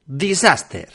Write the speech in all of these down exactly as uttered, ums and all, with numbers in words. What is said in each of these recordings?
Disaster.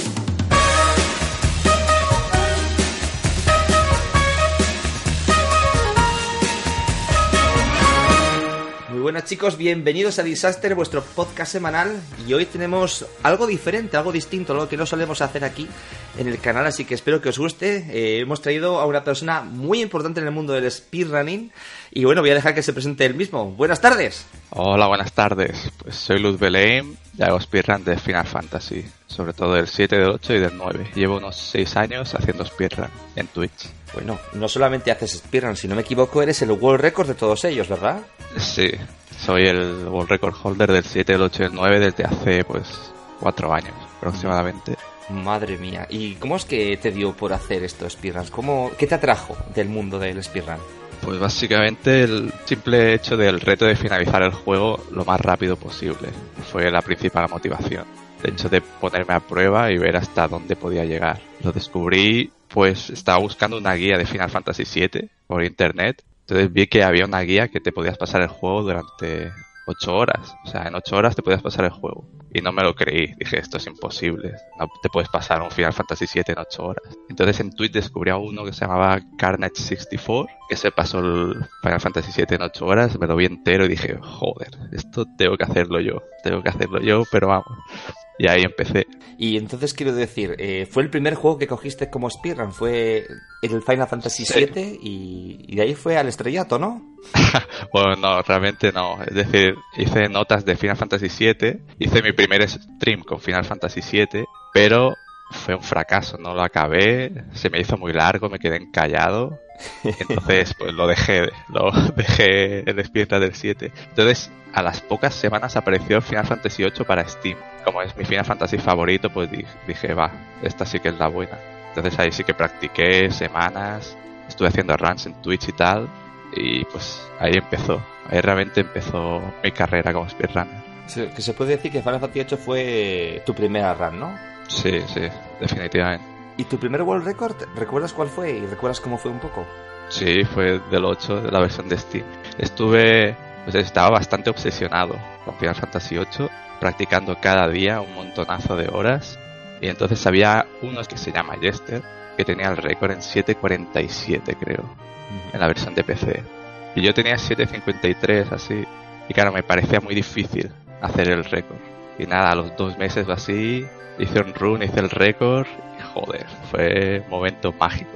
Muy buenas chicos, bienvenidos a Disaster, vuestro podcast semanal. Y hoy tenemos algo diferente, algo distinto, algo que no solemos hacer aquí en el canal, así que espero que os guste. Eh, hemos traído a una persona muy importante en el mundo del speedrunning. Y bueno, voy a dejar que se presente él mismo. Buenas tardes. Hola, buenas tardes. Pues soy Luz Belém y hago speedrun de Final Fantasy, sobre todo del siete, del ocho y del nueve. Llevo unos seis años haciendo speedrun en Twitch. Bueno, no solamente haces speedrun, si no me equivoco, eres el world record de todos ellos, ¿verdad? Sí, soy el world record holder del siete, del ocho y del nueve desde hace pues cuatro años aproximadamente. Madre mía, ¿y cómo es que te dio por hacer estos speedruns? ¿Cómo, ¿Qué te atrajo del mundo del speedrun? Pues básicamente el simple hecho del reto de finalizar el juego lo más rápido posible fue la principal motivación. El hecho de ponerme a prueba y ver hasta dónde podía llegar. Lo descubrí, pues estaba buscando una guía de Final Fantasy siete por internet. Entonces vi que había una guía que te podías pasar el juego durante ocho horas. O sea, en ocho horas te podías pasar el juego. Y no me lo creí. Dije, esto es imposible. No te puedes pasar un Final Fantasy siete en ocho horas. Entonces en Twitch descubrí a uno que se llamaba Carnage sesenta y cuatro, que se pasó el Final Fantasy siete en ocho horas. Me lo vi entero y dije, joder, esto tengo que hacerlo yo. Tengo que hacerlo yo, pero vamos. Y ahí empecé. Y entonces quiero decir, eh, fue el primer juego que cogiste como speedrun, fue el Final Fantasy siete sí. y, y de ahí fue al estrellato, ¿no? Bueno, no, realmente no. Es decir, hice notas de Final Fantasy siete, hice mi primer stream con Final Fantasy siete, pero fue un fracaso, no lo acabé, se me hizo muy largo, me quedé encallado. Entonces pues lo dejé, lo dejé el speedrun del siete. Entonces a las pocas semanas apareció Final Fantasy ocho para Steam. Como es mi Final Fantasy favorito, pues dije, va, esta sí que es la buena. Entonces ahí sí que practiqué semanas, estuve haciendo runs en Twitch y tal, y pues ahí empezó, ahí realmente empezó mi carrera como speedrunner. Sí, que se puede decir que Final Fantasy ocho fue tu primera run, ¿no? Sí, sí, definitivamente. ¿Y tu primer world record, recuerdas cuál fue y recuerdas cómo fue un poco? Sí, fue del ocho, de la versión de Steam. Estuve, pues estaba bastante obsesionado con Final Fantasy ocho, practicando cada día un montonazo de horas. Y entonces había uno que se llama Jester, que tenía el récord en siete cuarenta y siete, creo, uh-huh. en la versión de P C. Y yo tenía siete cincuenta y tres, así. Y claro, me parecía muy difícil hacer el récord. Y nada, a los dos meses o así, hice un run, hice el récord. Joder, fue un momento mágico.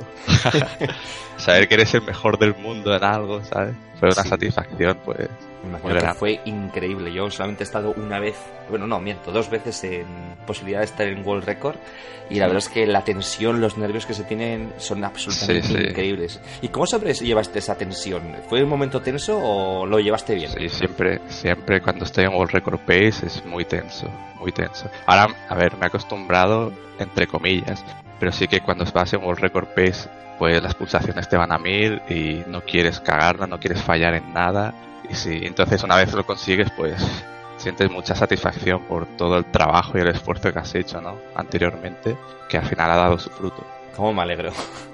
Saber que eres el mejor del mundo en algo, ¿sabes? Fue una sí. satisfacción, pues. Me imagino que fue increíble. Yo solamente he estado una vez, bueno, no, miento, dos veces en posibilidad de estar en World Record. Y la verdad es que la tensión, los nervios que se tienen son absolutamente sí, sí. increíbles. ¿Y cómo sobrellevaste esa tensión? ¿Fue un momento tenso o lo llevaste bien? Sí, siempre, siempre cuando estoy en World Record Pace es muy tenso, muy tenso. Ahora, a ver, me he acostumbrado, entre comillas, pero sí que cuando vas en World Record Pace, pues las pulsaciones te van a mil y no quieres cagarla, no quieres fallar en nada. Y sí, entonces una vez lo consigues, pues sientes mucha satisfacción por todo el trabajo y el esfuerzo que has hecho, ¿no? Anteriormente, que al final ha dado su fruto. ¿Cómo me alegro?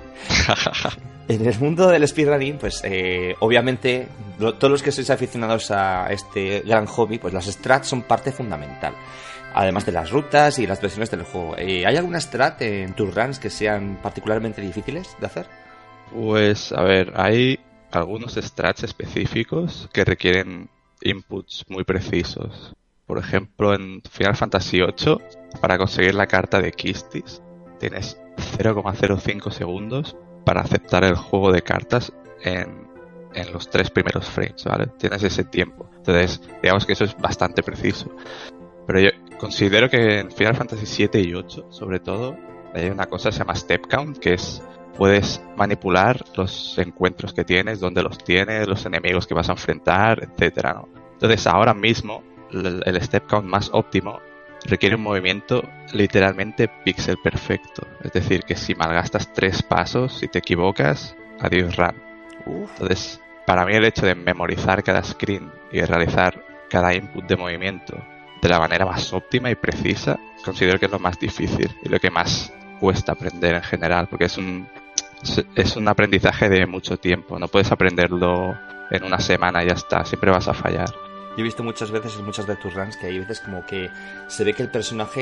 En el mundo del speedrunning, pues eh, obviamente lo, todos los que sois aficionados a este gran hobby, pues las strats son parte fundamental. Además de las rutas y las versiones del juego. Eh, ¿Hay alguna strat en tus runs que sean particularmente difíciles de hacer? Pues a ver, hay algunos strats específicos que requieren inputs muy precisos. Por ejemplo, en Final Fantasy ocho, para conseguir la carta de Quistis, tienes cero coma cero cinco segundos para aceptar el juego de cartas en, en los tres primeros frames, ¿vale? Tienes ese tiempo. Entonces, digamos que eso es bastante preciso. Pero yo considero que en Final Fantasy siete y ocho, sobre todo, hay una cosa que se llama Step Count, que es puedes manipular los encuentros que tienes, dónde los tienes, los enemigos que vas a enfrentar, etcétera, ¿no? Entonces ahora mismo el, el Step Count más óptimo requiere un movimiento literalmente píxel perfecto. Es decir, que si malgastas tres pasos, si te equivocas, adiós run. Uf. Entonces, para mí el hecho de memorizar cada screen y realizar cada input de movimiento de la manera más óptima y precisa, considero que es lo más difícil y lo que más cuesta aprender en general, porque es un es un aprendizaje de mucho tiempo. No puedes aprenderlo en una semana y ya está, siempre vas a fallar. Yo he visto muchas veces en muchas de tus runs que hay veces como que se ve que el personaje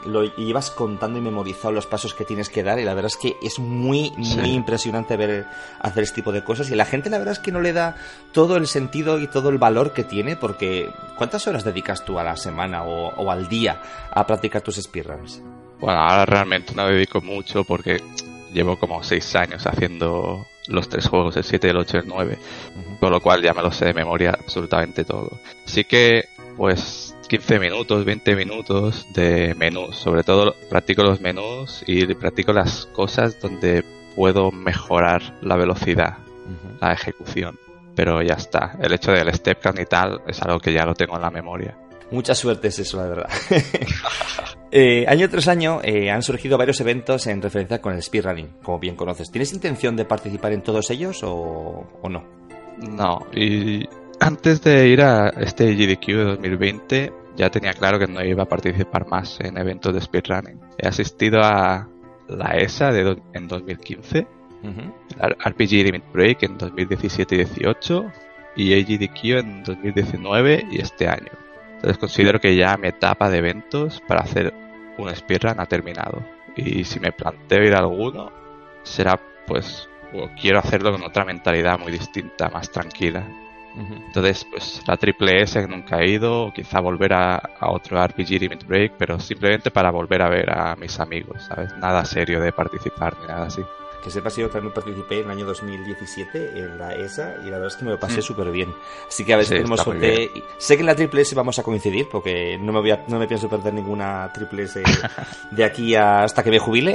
lo llevas contando y memorizado los pasos que tienes que dar, y la verdad es que es muy, muy sí. impresionante ver hacer este tipo de cosas, y la gente la verdad es que no le da todo el sentido y todo el valor que tiene, porque ¿cuántas horas dedicas tú a la semana o, o al día a practicar tus speedruns? Bueno, ahora realmente no dedico mucho porque llevo como seis años haciendo los tres juegos, el siete, el ocho y el nueve, uh-huh. con lo cual ya me lo sé de memoria absolutamente todo. Así que, pues, quince minutos, veinte minutos de menús. Sobre todo practico los menús y practico las cosas donde puedo mejorar la velocidad, uh-huh. la ejecución. Pero ya está. El hecho del step count y tal es algo que ya lo tengo en la memoria. Mucha suerte es eso, la verdad. eh, año tras año eh, han surgido varios eventos en referencia con el speedrunning, como bien conoces. ¿Tienes intención de participar en todos ellos o, o no? No, y antes de ir a este G D Q de dos mil veinte ya tenía claro que no iba a participar más en eventos de speedrunning. He asistido a la E S A de do- en dos mil quince, uh-huh. el R P G Limit Break en dos mil diecisiete y dieciocho y A G D Q en dos mil diecinueve y este año. Entonces considero que ya mi etapa de eventos para hacer un speedrun ha terminado. Y si me planteo ir a alguno, será pues, o quiero hacerlo con otra mentalidad muy distinta, más tranquila. Uh-huh. Entonces, pues la triple S que nunca he ido, o quizá volver a, a otro R P G Limit Break, pero simplemente para volver a ver a mis amigos, ¿sabes? Nada serio de participar ni nada así. Que sepas que yo también participé en el año dos mil diecisiete en la E S A y la verdad es que me lo pasé mm. súper bien. Así que a ver si sí, tenemos suerte. Sé que en la triple S vamos a coincidir porque no me voy a, no me pienso perder ninguna triple S de aquí hasta que me jubile.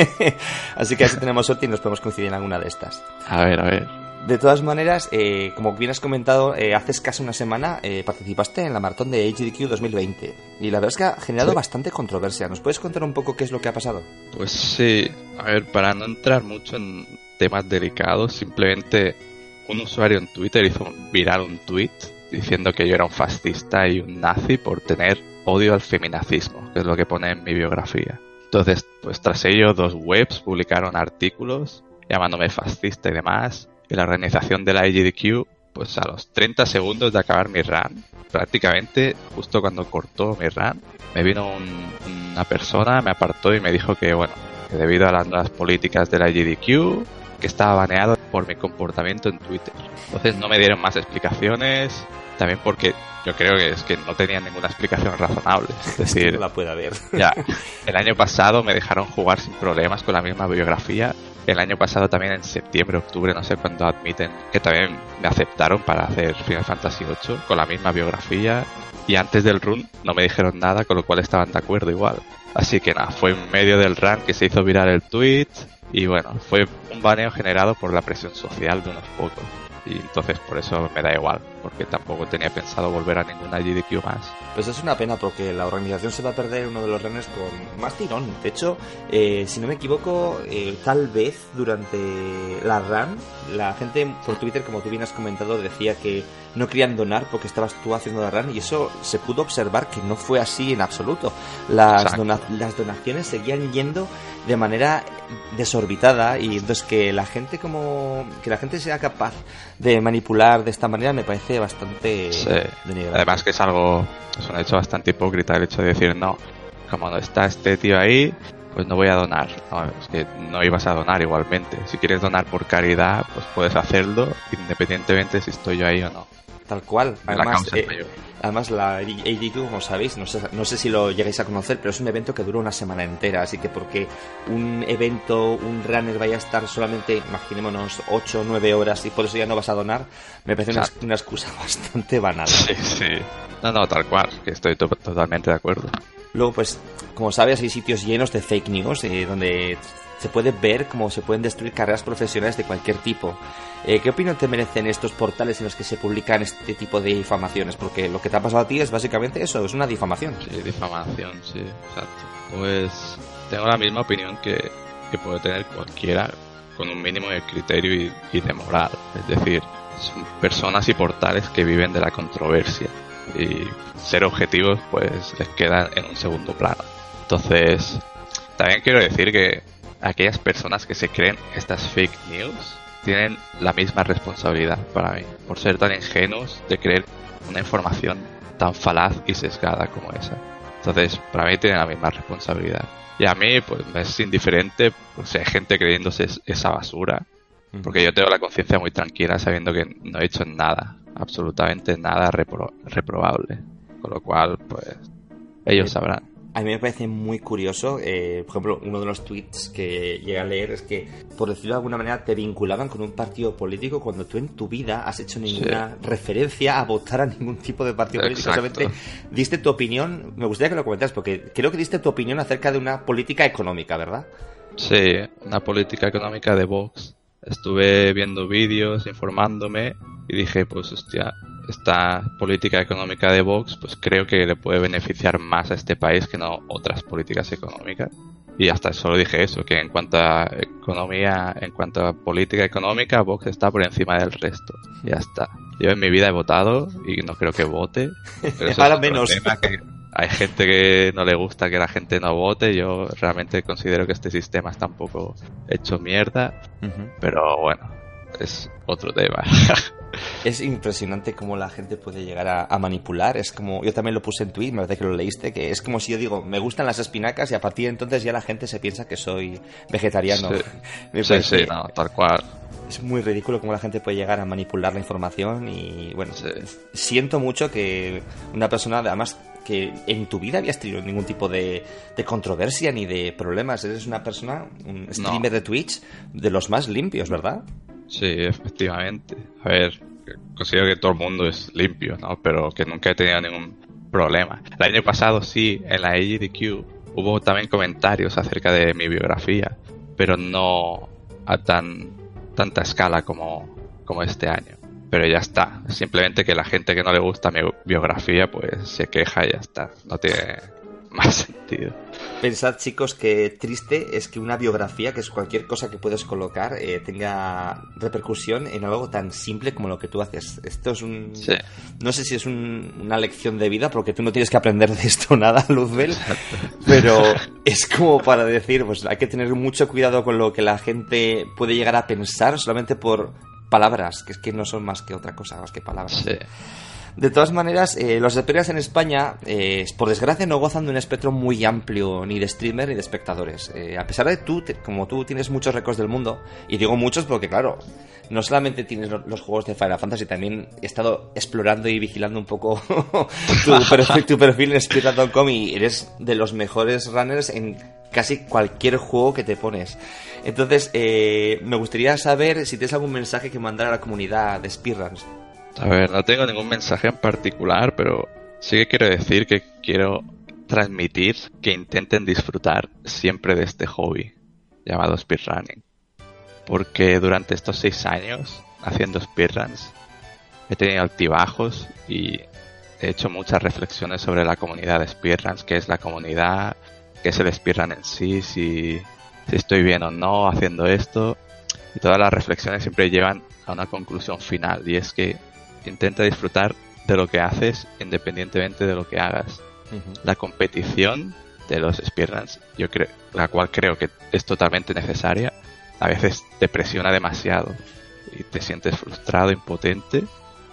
Así que a ver si tenemos suerte y nos podemos coincidir en alguna de estas. A ver, a ver. De todas maneras, eh, como bien has comentado, eh, hace casi una semana eh, participaste en la maratón de A G D Q dos mil veinte y la verdad es que ha generado sí. bastante controversia. ¿Nos puedes contar un poco qué es lo que ha pasado? Pues sí, a ver, para no entrar mucho en temas delicados, simplemente un usuario en Twitter hizo viral un tweet diciendo que yo era un fascista y un nazi por tener odio al feminacismo, que es lo que pone en mi biografía. Entonces, pues tras ello, dos webs publicaron artículos llamándome fascista y demás. Y la organización de la A G D Q, pues a los treinta segundos de acabar mi run, prácticamente justo cuando cortó mi run, me vino un, una persona, me apartó y me dijo que, bueno, que debido a las nuevas políticas de la A G D Q, que estaba baneado por mi comportamiento en Twitter. Entonces no me dieron más explicaciones, también porque yo creo que es que no tenían ninguna explicación razonable. Es decir, no la puede haber. Ya, el año pasado me dejaron jugar sin problemas con la misma biografía. El año pasado también en septiembre, octubre, no sé cuándo admiten, que también me aceptaron para hacer Final Fantasy ocho con la misma biografía. Y antes del run no me dijeron nada, con lo cual estaban de acuerdo igual. Así que nada, fue en medio del run que se hizo viral el tweet. Y bueno, fue un baneo generado por la presión social de unos pocos. Y entonces por eso me da igual, porque tampoco tenía pensado volver a ninguna G D Q más. Pues es una pena porque la organización se va a perder uno de los runners con más tirón. De hecho, eh, si no me equivoco, eh, tal vez durante la run, la gente por Twitter, como tú bien has comentado, decía que no querían donar porque estabas tú haciendo la run, y eso se pudo observar que no fue así en absoluto. Las, dona- las donaciones seguían yendo de manera desorbitada, y entonces que la gente como que la gente sea capaz de manipular de esta manera me parece bastante sí. denigrante. Además que es algo, es un hecho bastante hipócrita el hecho de decir no, como no está este tío ahí, pues no voy a donar. No, es que no ibas a donar igualmente. Si quieres donar por caridad, pues puedes hacerlo independientemente si estoy yo ahí o no. Tal cual. Además, la eh, además la A G D Q, como sabéis, no sé, no sé si lo llegáis a conocer, pero es un evento que dura una semana entera, así que porque un evento, un runner vaya a estar solamente, imaginémonos, ocho o nueve horas y por eso ya no vas a donar, me parece una, una excusa bastante banal. Sí, sí. No, no, tal cual, que estoy to- totalmente de acuerdo. Luego, pues, como sabes, hay sitios llenos de fake news, eh, donde se puede ver cómo se pueden destruir carreras profesionales de cualquier tipo. Eh, ¿Qué opinión te merecen estos portales en los que se publican este tipo de difamaciones? Porque lo que te ha pasado a ti es básicamente eso, es una difamación. Sí, difamación, sí, exacto. Pues tengo la misma opinión que, que puede tener cualquiera con un mínimo de criterio y, y de moral. Es decir, son personas y portales que viven de la controversia. Y ser objetivos pues les queda en un segundo plano. Entonces, también quiero decir que aquellas personas que se creen estas fake news tienen la misma responsabilidad para mí, por ser tan ingenuos de creer una información tan falaz y sesgada como esa. Entonces, para mí tiene la misma responsabilidad. Y a mí, pues, me es indiferente, pues, hay gente creyéndose esa basura, porque yo tengo la conciencia muy tranquila sabiendo que no he hecho nada, absolutamente nada repro- reprobable. Con lo cual, pues, ellos sabrán. A mí me parece muy curioso, eh, por ejemplo, uno de los tweets que llegué a leer es que, por decirlo de alguna manera, te vinculaban con un partido político cuando tú en tu vida has hecho ninguna sí. referencia a votar a ningún tipo de partido político. Solamente diste tu opinión, me gustaría que lo comentaras, porque creo que diste tu opinión acerca de una política económica, ¿verdad? Sí, una política económica de Vox. Estuve viendo vídeos, informándome y dije, pues hostia, esta política económica de Vox, pues creo que le puede beneficiar más a este país que no otras políticas económicas. Y hasta solo dije eso, que en cuanto a economía, en cuanto a política económica, Vox está por encima del resto. Y ya está. Yo en mi vida he votado y no creo que vote. Pero eso Ahora es menos. Que hay gente que no le gusta que la gente no vote. Yo realmente considero que este sistema está un poco hecho mierda. Uh-huh. Pero bueno, es otro tema. Es impresionante cómo la gente puede llegar a, a manipular. Es como, yo también lo puse en Twitter, me parece que lo leíste, que es como si yo digo, me gustan las espinacas y a partir de entonces ya la gente se piensa que soy vegetariano. Sí, me sí, sí, no, tal cual. Es muy ridículo cómo la gente puede llegar a manipular la información y bueno, sí. Siento mucho que una persona, además, que en tu vida habías tenido ningún tipo de, de controversia ni de problemas. Eres una persona, un streamer no. de Twitch de los más limpios, ¿verdad? Sí, efectivamente. A ver, considero que todo el mundo es limpio, ¿no? Pero que nunca he tenido ningún problema. El año pasado sí, en la A G D Q hubo también comentarios acerca de mi biografía, pero no a tan tanta escala como, como este año. Pero ya está. Simplemente que la gente que no le gusta mi biografía, pues se queja y ya está. No tiene más sentido. Pensad, chicos, que triste es que una biografía, que es cualquier cosa que puedes colocar, eh, tenga repercusión en algo tan simple como lo que tú haces. Esto es un... Sí. No sé si es un, una lección de vida, porque tú no tienes que aprender de esto nada, Luzbel, pero es como para decir, pues hay que tener mucho cuidado con lo que la gente puede llegar a pensar solamente por palabras, que es que no son más que otra cosa, más que palabras. Sí. De todas maneras, eh, los streamers en España, eh, por desgracia, no gozan de un espectro muy amplio ni de streamer ni de espectadores. Eh, a pesar de tú, te, como tú tienes muchos récords del mundo, y digo muchos porque, claro, no solamente tienes los juegos de Final Fantasy, también he estado explorando y vigilando un poco tu, perfil, tu perfil en speedrun punto com y eres de los mejores runners en casi cualquier juego que te pones. Entonces, eh, me gustaría saber si tienes algún mensaje que mandar a la comunidad de speedruns. A ver, no tengo ningún mensaje en particular, pero sí que quiero decir que quiero transmitir que intenten disfrutar siempre de este hobby llamado speedrunning. Porque durante estos seis años haciendo speedruns he tenido altibajos y he hecho muchas reflexiones sobre la comunidad de speedruns, qué es la comunidad, qué es el speedrun en sí, si, si estoy bien o no haciendo esto. Y todas las reflexiones siempre llevan a una conclusión final, y es que intenta disfrutar de lo que haces independientemente de lo que hagas. Uh-huh. La competición de los speedruns, yo creo, la cual creo que es totalmente necesaria, a veces te presiona demasiado y te sientes frustrado, impotente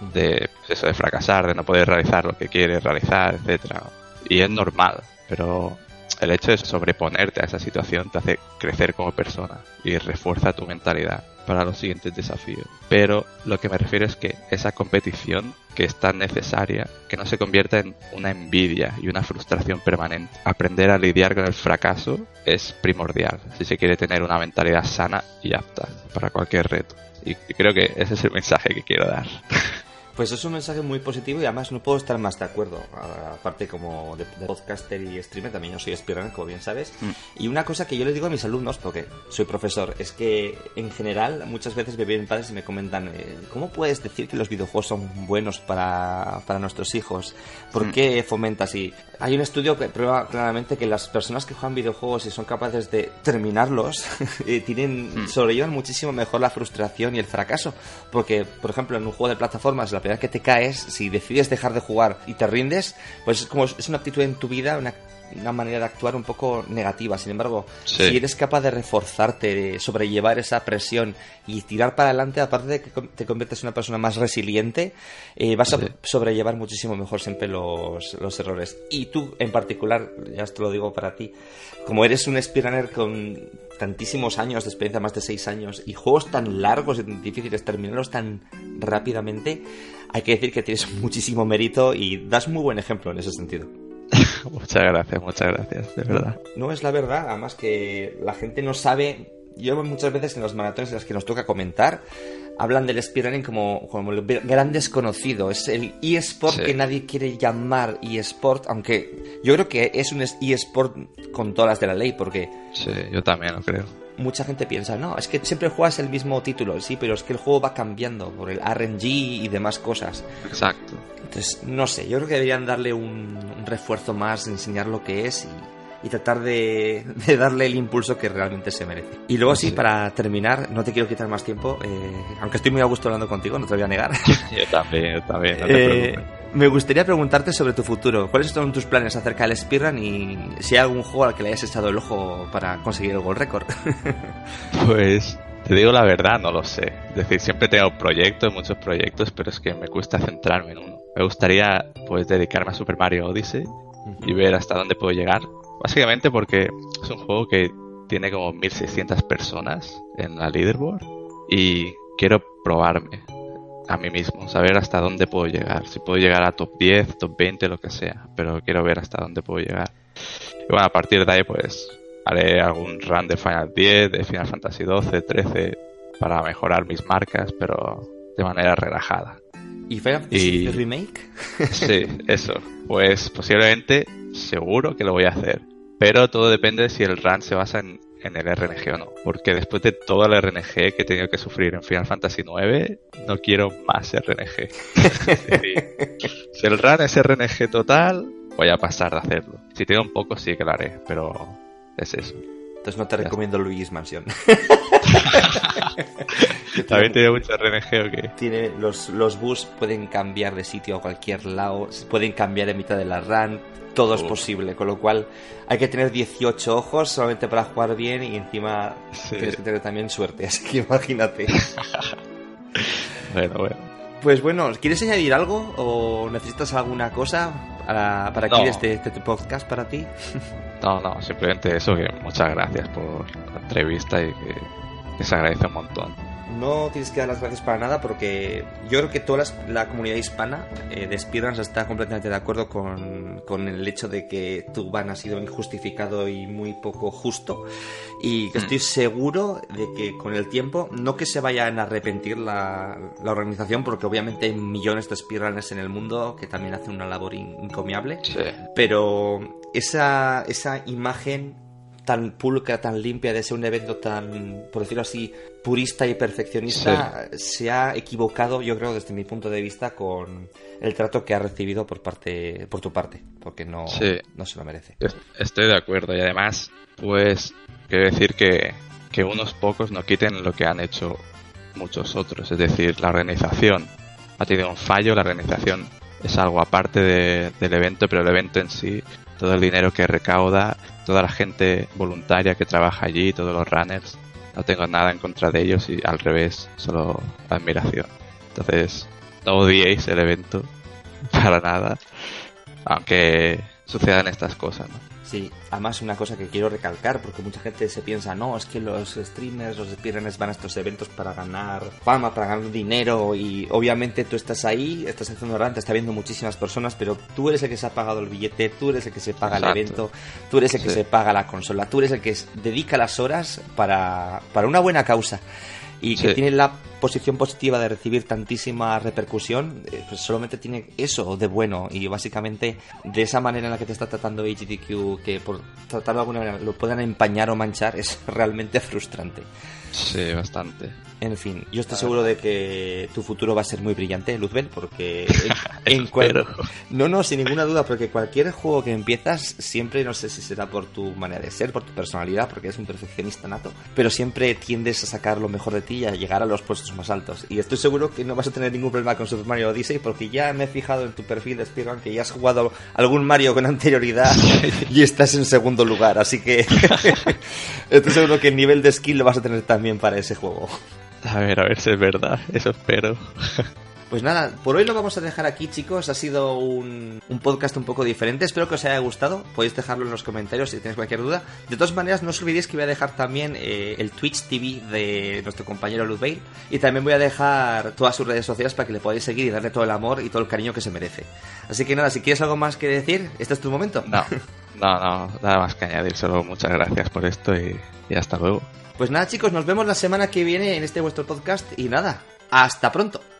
de pues eso, de fracasar, de no poder realizar lo que quieres realizar, etcétera. Y es normal, pero el hecho de sobreponerte a esa situación te hace crecer como persona y refuerza tu mentalidad para los siguientes desafíos. Pero lo que me refiero es que esa competición que es tan necesaria, que no se convierta en una envidia y una frustración permanente. Aprender a lidiar con el fracaso es primordial si se quiere tener una mentalidad sana y apta para cualquier reto. Y creo que ese es el mensaje que quiero dar. Pues es un mensaje muy positivo y además no puedo estar más de acuerdo. Aparte, como de, de podcaster y streamer, también yo soy speedrunner, como bien sabes. Mm. Y una cosa que yo les digo a mis alumnos, porque soy profesor, es que en general muchas veces me vienen padres y me comentan eh, ¿cómo puedes decir que los videojuegos son buenos para, para nuestros hijos? ¿Por mm. qué fomentas? Y hay un estudio que prueba claramente que las personas que juegan videojuegos y son capaces de terminarlos eh, tienen mm. sobrellevan muchísimo mejor la frustración y el fracaso. Porque, por ejemplo, en un juego de plataformas, la que te caes, si decides dejar de jugar y te rindes, pues es como es una actitud en tu vida, una una manera de actuar un poco negativa. Sin embargo, sí. si eres capaz de reforzarte, de sobrellevar esa presión y tirar para adelante, aparte de que te conviertes en una persona más resiliente, eh, vas sí. a sobrellevar muchísimo mejor siempre los, los errores. Y tú, en particular, ya te lo digo para ti, como eres un speedrunner con tantísimos años de experiencia, más de seis años, y juegos tan largos y tan difíciles, terminarlos tan rápidamente, hay que decir que tienes muchísimo mérito y das muy buen ejemplo en ese sentido. Muchas gracias, muchas gracias, de verdad. No, no es la verdad, además que la gente no sabe. Yo muchas veces en los maratones en los que nos toca comentar, hablan del speedrunning como, como el gran desconocido. Es el eSport sí. que nadie quiere llamar eSport, aunque yo creo que es un eSport con todas las de la ley, porque... Sí, yo también lo creo. Mucha gente piensa, no, es que siempre juegas el mismo título, sí, pero es que el juego va cambiando por el R N G y demás cosas. Exacto. Entonces, no sé, yo creo que deberían darle un, un refuerzo más, enseñar lo que es y, y tratar de, de darle el impulso que realmente se merece. Y luego sí, sí para terminar, no te quiero quitar más tiempo, eh, aunque estoy muy a gusto hablando contigo, no te voy a negar. Yo también, yo también, no te eh, preocupes. Me gustaría preguntarte sobre tu futuro. ¿Cuáles son tus planes acerca del speedrun y si hay algún juego al que le hayas echado el ojo para conseguir el World Record? Pues te digo la verdad, no lo sé. Es decir, siempre tengo proyectos, muchos proyectos, pero es que me cuesta centrarme en uno. Me gustaría pues dedicarme a Super Mario Odyssey uh-huh. y ver hasta dónde puedo llegar. Básicamente porque es un juego que tiene como mil seiscientas personas en la leaderboard y quiero probarme a mí mismo, saber hasta dónde puedo llegar. Si puedo llegar a top diez, top veinte, lo que sea, pero quiero ver hasta dónde puedo llegar. Y bueno, a partir de ahí pues haré algún run de Final diez, de Final Fantasy doce, trece para mejorar mis marcas, pero de manera relajada. ¿Y Final Fantasy Remake? Sí, eso. Pues posiblemente, seguro que lo voy a hacer. Pero todo depende de si el run se basa en, en el R N G o no. Porque después de todo el R N G que he tenido que sufrir en Final Fantasy nueve, no quiero más R N G. Es decir, si el run es R N G total, voy a pasar de hacerlo. Si tengo un poco, sí que lo haré, pero es eso. Entonces no te ya recomiendo está. Luigi's Mansion. ¿También tiene mucho R N G o qué? Tiene, los, los bus pueden cambiar de sitio a cualquier lado, pueden cambiar en mitad de la run, todo Uf. es posible, con lo cual hay que tener dieciocho ojos solamente para jugar bien y encima sí. tienes que tener también suerte, así que imagínate. Bueno, bueno. Pues bueno, ¿quieres añadir algo o necesitas alguna cosa para, para aquí no. este, este podcast para ti? No, no, simplemente eso, que muchas gracias por la entrevista y que, que se agradece un montón. No tienes que dar las gracias para nada porque yo creo que toda la, la comunidad hispana eh, de speedruns está completamente de acuerdo con, con el hecho de que tu ban ha sido injustificado y muy poco justo y que estoy seguro de que con el tiempo, no que se vayan a arrepentir la, la organización, porque obviamente hay millones de speedrunners en el mundo que también hacen una labor encomiable, sí. pero esa, esa imagen tan pulcra, tan limpia de ser un evento tan, por decirlo así, purista y perfeccionista, sí. se ha equivocado, yo creo, desde mi punto de vista, con el trato que ha recibido por parte, por tu parte, porque no, sí. no se lo merece. Estoy de acuerdo y además, pues, quiero decir que, que unos pocos no quiten lo que han hecho muchos otros, es decir, la organización ha tenido un fallo, la organización es algo aparte de, del evento, pero el evento en sí, todo el dinero que recauda, toda la gente voluntaria que trabaja allí, todos los runners, no tengo nada en contra de ellos y al revés, solo admiración. Entonces, no odiéis el evento para nada, aunque sucedan estas cosas, ¿no? Sí, además una cosa que quiero recalcar, porque mucha gente se piensa, no, es que los streamers, los speedrunners van a estos eventos para ganar fama, para ganar dinero, y obviamente tú estás ahí, estás haciendo run, te está viendo muchísimas personas, pero tú eres el que se ha pagado el billete, tú eres el que se paga Exacto. el evento, tú eres el que sí. se paga la consola, tú eres el que dedica las horas para, para una buena causa. Y que sí. tiene la posición positiva de recibir tantísima repercusión, eh, pues solamente tiene eso de bueno. Y básicamente de esa manera en la que te está tratando H D Q, que por tratarlo de alguna manera lo puedan empañar o manchar, es realmente frustrante. Sí, bastante. En fin, yo estoy seguro de que tu futuro va a ser muy brillante, Luzbel, porque en, en cual... No, no, sin ninguna duda, porque cualquier juego que empiezas, siempre, no sé si será por tu manera de ser, por tu personalidad, porque eres un perfeccionista nato, pero siempre tiendes a sacar lo mejor de ti y a llegar a los puestos más altos. Y estoy seguro que no vas a tener ningún problema con Super Mario Odyssey, porque ya me he fijado en tu perfil de Speedrun que ya has jugado algún Mario con anterioridad y estás en segundo lugar, así que estoy seguro que el nivel de skill lo vas a tener también para ese juego. A ver, a ver si es verdad, eso espero. Pues nada, por hoy lo vamos a dejar aquí, chicos. Ha sido un, un podcast un poco diferente. Espero que os haya gustado. Podéis dejarlo en los comentarios si tenéis cualquier duda. De todas maneras, no os olvidéis que voy a dejar también eh, el Twitch T V de nuestro compañero Luzbel. Y también voy a dejar todas sus redes sociales para que le podáis seguir y darle todo el amor y todo el cariño que se merece. Así que nada, si quieres algo más que decir, este es tu momento. No, no, no, nada más que añadir. Solo muchas gracias por esto y, y hasta luego. Pues nada, chicos, nos vemos la semana que viene en este vuestro podcast. Y nada, hasta pronto.